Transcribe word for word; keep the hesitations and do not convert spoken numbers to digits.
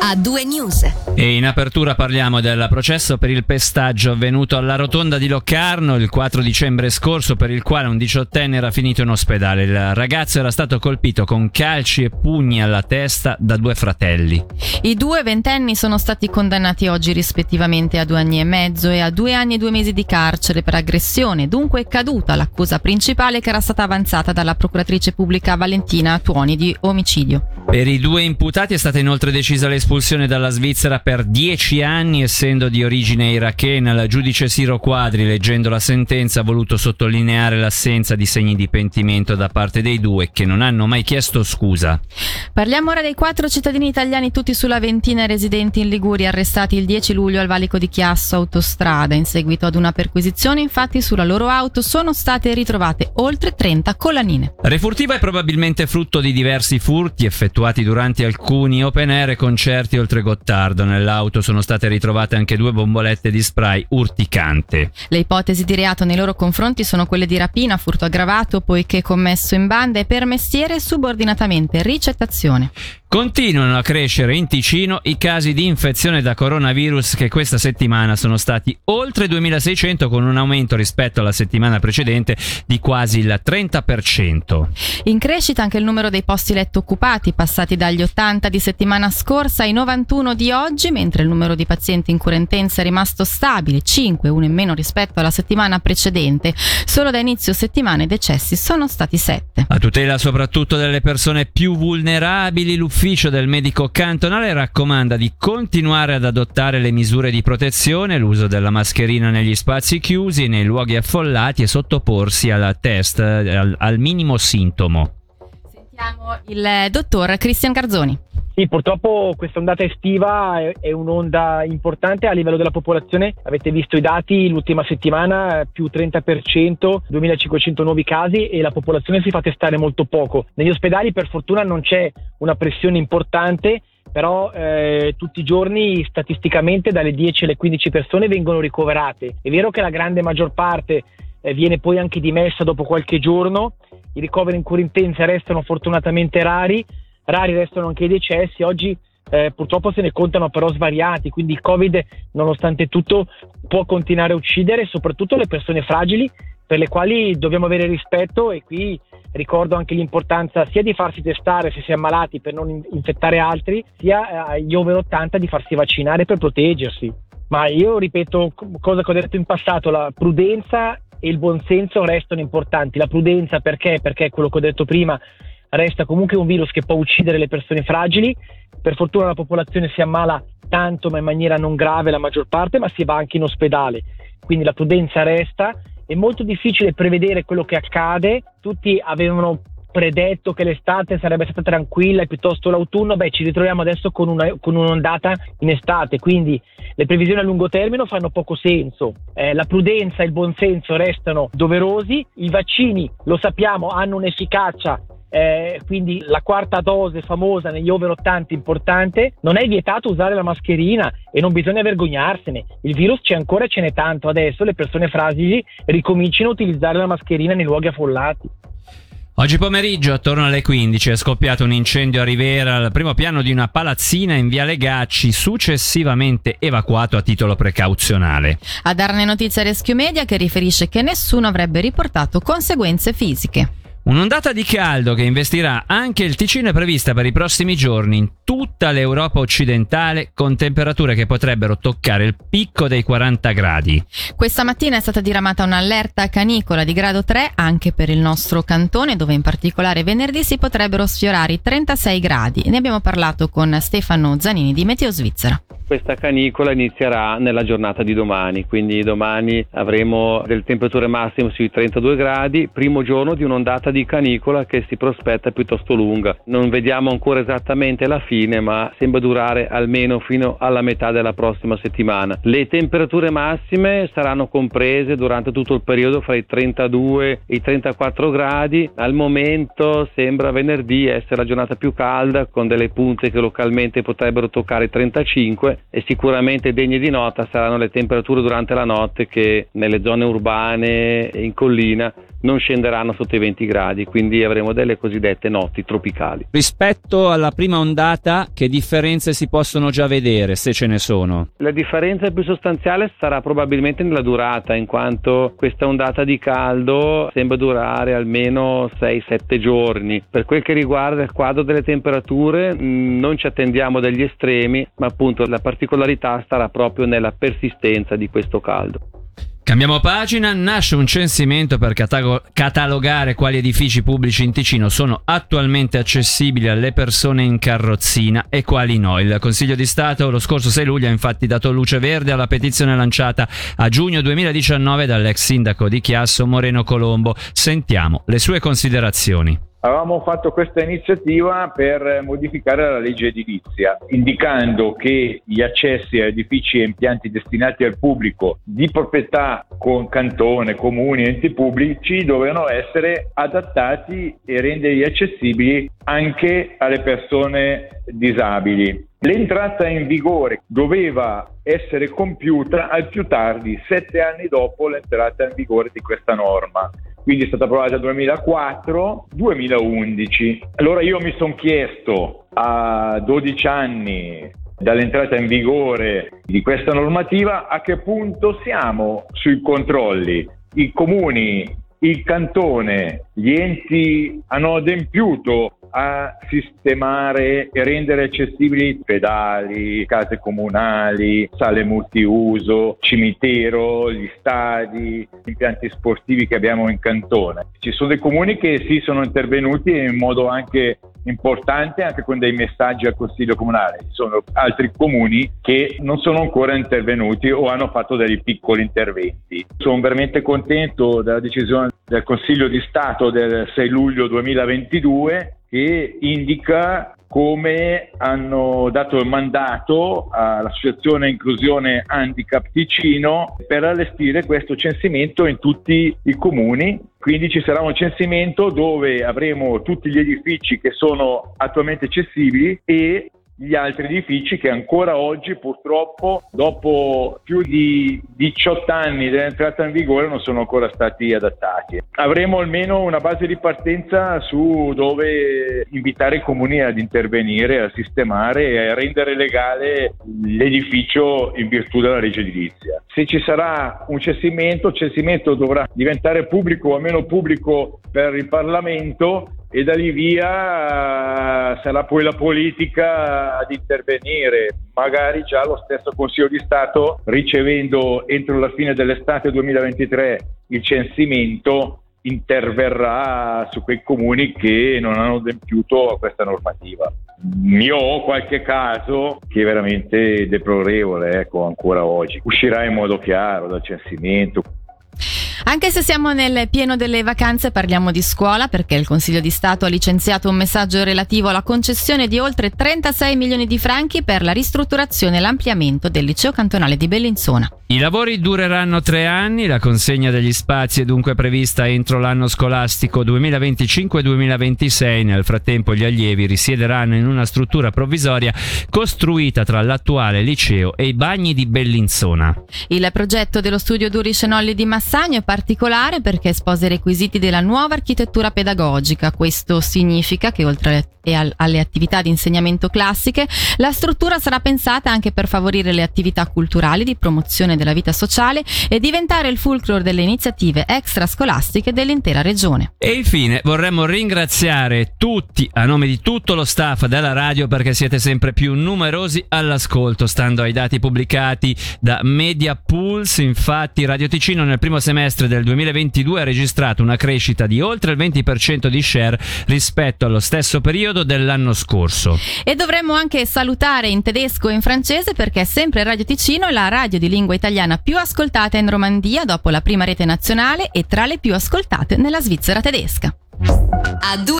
A due News. E in apertura parliamo del processo per il pestaggio avvenuto alla Rotonda di Locarno il quattro dicembre scorso, per il quale un diciottenne era finito in ospedale. Il ragazzo era stato colpito con calci e pugni alla testa da due fratelli. I due ventenni sono stati condannati oggi rispettivamente a due anni e mezzo e a due anni e due mesi di carcere per aggressione. Dunque è caduta l'accusa principale che era stata avanzata dalla procuratrice pubblica Valentina Tuoni di omicidio. Per i due imputati è stata inoltre decisa l'espulsione dalla Svizzera per dieci anni, essendo di origine irachena. Il giudice Siro Quadri, leggendo la sentenza, ha voluto sottolineare l'assenza di segni di pentimento da parte dei due, che non hanno mai chiesto scusa. Parliamo ora dei quattro cittadini italiani, tutti sulla ventina, residenti in Liguria, arrestati il dieci luglio al valico di Chiasso autostrada. In seguito ad una perquisizione, infatti, sulla loro auto sono state ritrovate oltre trenta collanine. La refurtiva è probabilmente frutto di diversi furti effettuati durante alcuni open air e concerti oltre Gottardo. Nell'auto sono state ritrovate anche due bombolette di spray urticante. Le ipotesi di reato nei loro confronti sono quelle di rapina, furto aggravato poiché commesso in banda, e per mestiere subordinatamente ricettazione. Continuano a crescere in Ticino i casi di infezione da coronavirus, che questa settimana sono stati oltre duemilaseicento, con un aumento rispetto alla settimana precedente di quasi il trenta per cento. In crescita anche il numero dei posti letto occupati, passati dagli ottanta di settimana scorsa ai novantuno di oggi, mentre il numero di pazienti in cura intensa è rimasto stabile, cinque, uno in meno rispetto alla settimana precedente. Solo da inizio settimana i decessi sono stati sette. A tutela soprattutto delle persone più vulnerabili, l'ufficio del medico cantonale raccomanda di continuare ad adottare le misure di protezione, l'uso della mascherina negli spazi chiusi e nei luoghi affollati, e sottoporsi al test al, al minimo sintomo. Sentiamo il dottor Cristian Garzoni. Sì, purtroppo questa ondata estiva è, è un'onda importante a livello della popolazione. Avete visto i dati, l'ultima settimana più trenta per cento, duemilacinquecento nuovi casi, e la popolazione si fa testare molto poco. Negli ospedali per fortuna non c'è una pressione importante, però eh, tutti i giorni statisticamente dalle dieci alle quindici persone vengono ricoverate. È vero che la grande maggior parte eh, viene poi anche dimessa dopo qualche giorno. I ricoveri in cura intensa restano fortunatamente rari. Rari restano anche i decessi. Oggi eh, purtroppo se ne contano però svariati, quindi il Covid, nonostante tutto, può continuare a uccidere soprattutto le persone fragili, per le quali dobbiamo avere rispetto. E qui ricordo anche l'importanza sia di farsi testare se si è ammalati per non in- infettare altri, sia agli over ottanta di farsi vaccinare per proteggersi. Ma io ripeto cosa che ho detto in passato: la prudenza e il buonsenso restano importanti. La prudenza perché? Perché quello che ho detto prima, resta comunque un virus che può uccidere le persone fragili. Per fortuna la popolazione si ammala tanto, ma in maniera non grave la maggior parte, ma si va anche in ospedale. Quindi la prudenza resta. È molto difficile prevedere quello che accade. Tutti avevano predetto che l'estate sarebbe stata tranquilla e piuttosto l'autunno. Beh, ci ritroviamo adesso con, una, con un'ondata in estate, quindi le previsioni a lungo termine fanno poco senso. Eh, la prudenza e il buonsenso restano doverosi. I vaccini, lo sappiamo, hanno un'efficacia. Eh, quindi la quarta dose famosa negli over ottanta importante. Non è vietato usare la mascherina e non bisogna vergognarsene. Il virus c'è ancora e ce n'è tanto. Adesso le persone fragili ricominciano a utilizzare la mascherina nei luoghi affollati. Oggi pomeriggio, attorno alle quindici, è scoppiato un incendio a Rivera al primo piano di una palazzina in via Legacci, successivamente evacuato a titolo precauzionale. A darne notizia Rescue Media, che riferisce che nessuno avrebbe riportato conseguenze fisiche. Un'ondata di caldo che investirà anche il Ticino è prevista per i prossimi giorni in tutta l'Europa occidentale, con temperature che potrebbero toccare il picco dei quaranta gradi. Questa mattina è stata diramata un'allerta canicola di grado tre anche per il nostro cantone, dove in particolare venerdì si potrebbero sfiorare i trentasei gradi. Ne abbiamo parlato con Stefano Zanini di Meteo Svizzera. Questa canicola inizierà nella giornata di domani, quindi domani avremo delle temperature massime sui trentadue gradi, primo giorno di un'ondata di canicola che si prospetta piuttosto lunga. Non vediamo ancora esattamente la fine, ma sembra durare almeno fino alla metà della prossima settimana. Le temperature massime saranno comprese durante tutto il periodo fra i trentadue e i trentaquattro gradi. Al momento sembra venerdì essere la giornata più calda, con delle punte che localmente potrebbero toccare i trentacinque, e sicuramente degne di nota saranno le temperature durante la notte, che nelle zone urbane e in collina non scenderanno sotto i venti gradi, quindi avremo delle cosiddette notti tropicali. Rispetto alla prima ondata, che differenze si possono già vedere, se ce ne sono? La differenza più sostanziale sarà probabilmente nella durata, in quanto questa ondata di caldo sembra durare almeno sei sette giorni. Per quel che riguarda il quadro delle temperature, mh, non ci attendiamo degli estremi, ma appunto la particolarità starà proprio nella persistenza di questo caldo. Cambiamo pagina, nasce un censimento per catago- catalogare quali edifici pubblici in Ticino sono attualmente accessibili alle persone in carrozzina e quali no. Il Consiglio di Stato lo scorso sei luglio ha infatti dato luce verde alla petizione lanciata a giugno duemiladiciannove dall'ex sindaco di Chiasso Moreno Colombo. Sentiamo le sue considerazioni. Avevamo fatto questa iniziativa per modificare la legge edilizia, indicando che gli accessi a edifici e impianti destinati al pubblico di proprietà con cantone, comuni, enti pubblici dovevano essere adattati e renderli accessibili anche alle persone disabili. L'entrata in vigore doveva essere compiuta al più tardi sette anni dopo l'entrata in vigore di questa norma. Quindi è stata approvata nel duemilaquattro duemilaundici. Allora io mi sono chiesto a dodici anni dall'entrata in vigore di questa normativa a che punto siamo sui controlli. I comuni, il cantone, gli enti hanno adempiuto a sistemare e rendere accessibili pedali, case comunali, sale multiuso, cimitero, gli stadi, impianti sportivi che abbiamo in cantone. Ci sono dei comuni che sì sono intervenuti in modo anche importante, anche con dei messaggi al Consiglio Comunale. Ci sono altri comuni che non sono ancora intervenuti o hanno fatto dei piccoli interventi. Sono veramente contento della decisione del Consiglio di Stato del sei luglio duemilaventidue che indica come hanno dato il mandato all'Associazione Inclusione Handicap Ticino per allestire questo censimento in tutti i comuni. Quindi ci sarà un censimento dove avremo tutti gli edifici che sono attualmente accessibili e gli altri edifici che ancora oggi purtroppo dopo più di diciotto anni dell'entrata in vigore non sono ancora stati adattati. Avremo almeno una base di partenza su dove invitare i comuni ad intervenire, a sistemare e a rendere legale l'edificio in virtù della legge edilizia. Se ci sarà un censimento, il censimento dovrà diventare pubblico o almeno pubblico per il Parlamento e da lì via sarà poi la politica ad intervenire, magari già lo stesso Consiglio di Stato ricevendo entro la fine dell'estate duemilaventitré il censimento interverrà su quei comuni che non hanno adempiuto a questa normativa. Io ho qualche caso che è veramente deplorevole, ecco, ancora oggi. Uscirà in modo chiaro dal censimento. Anche se siamo nel pieno delle vacanze, parliamo di scuola perché il Consiglio di Stato ha licenziato un messaggio relativo alla concessione di oltre trentasei milioni di franchi per la ristrutturazione e l'ampliamento del liceo cantonale di Bellinzona. I lavori dureranno tre anni, la consegna degli spazi è dunque prevista entro l'anno scolastico duemilaventicinque duemilaventisei. Nel frattempo gli allievi risiederanno in una struttura provvisoria costruita tra l'attuale liceo e i bagni di Bellinzona. Il progetto dello studio Duri Cenolli di Massagno è particolare perché sposa i requisiti della nuova architettura pedagogica. Questo significa che oltre alle attività di insegnamento classiche, la struttura sarà pensata anche per favorire le attività culturali di promozione della vita sociale e diventare il fulcro delle iniziative extrascolastiche dell'intera regione. E infine vorremmo ringraziare tutti, a nome di tutto lo staff della radio, perché siete sempre più numerosi all'ascolto. Stando ai dati pubblicati da Media Pulse, infatti Radio Ticino nel primo semestre del duemilaventidue ha registrato una crescita di oltre il venti per cento di share rispetto allo stesso periodo dell'anno scorso. E dovremmo anche salutare in tedesco e in francese perché sempre Radio Ticino è la radio di lingua italiana più ascoltata in Romandia dopo la prima rete nazionale e tra le più ascoltate nella Svizzera tedesca. A due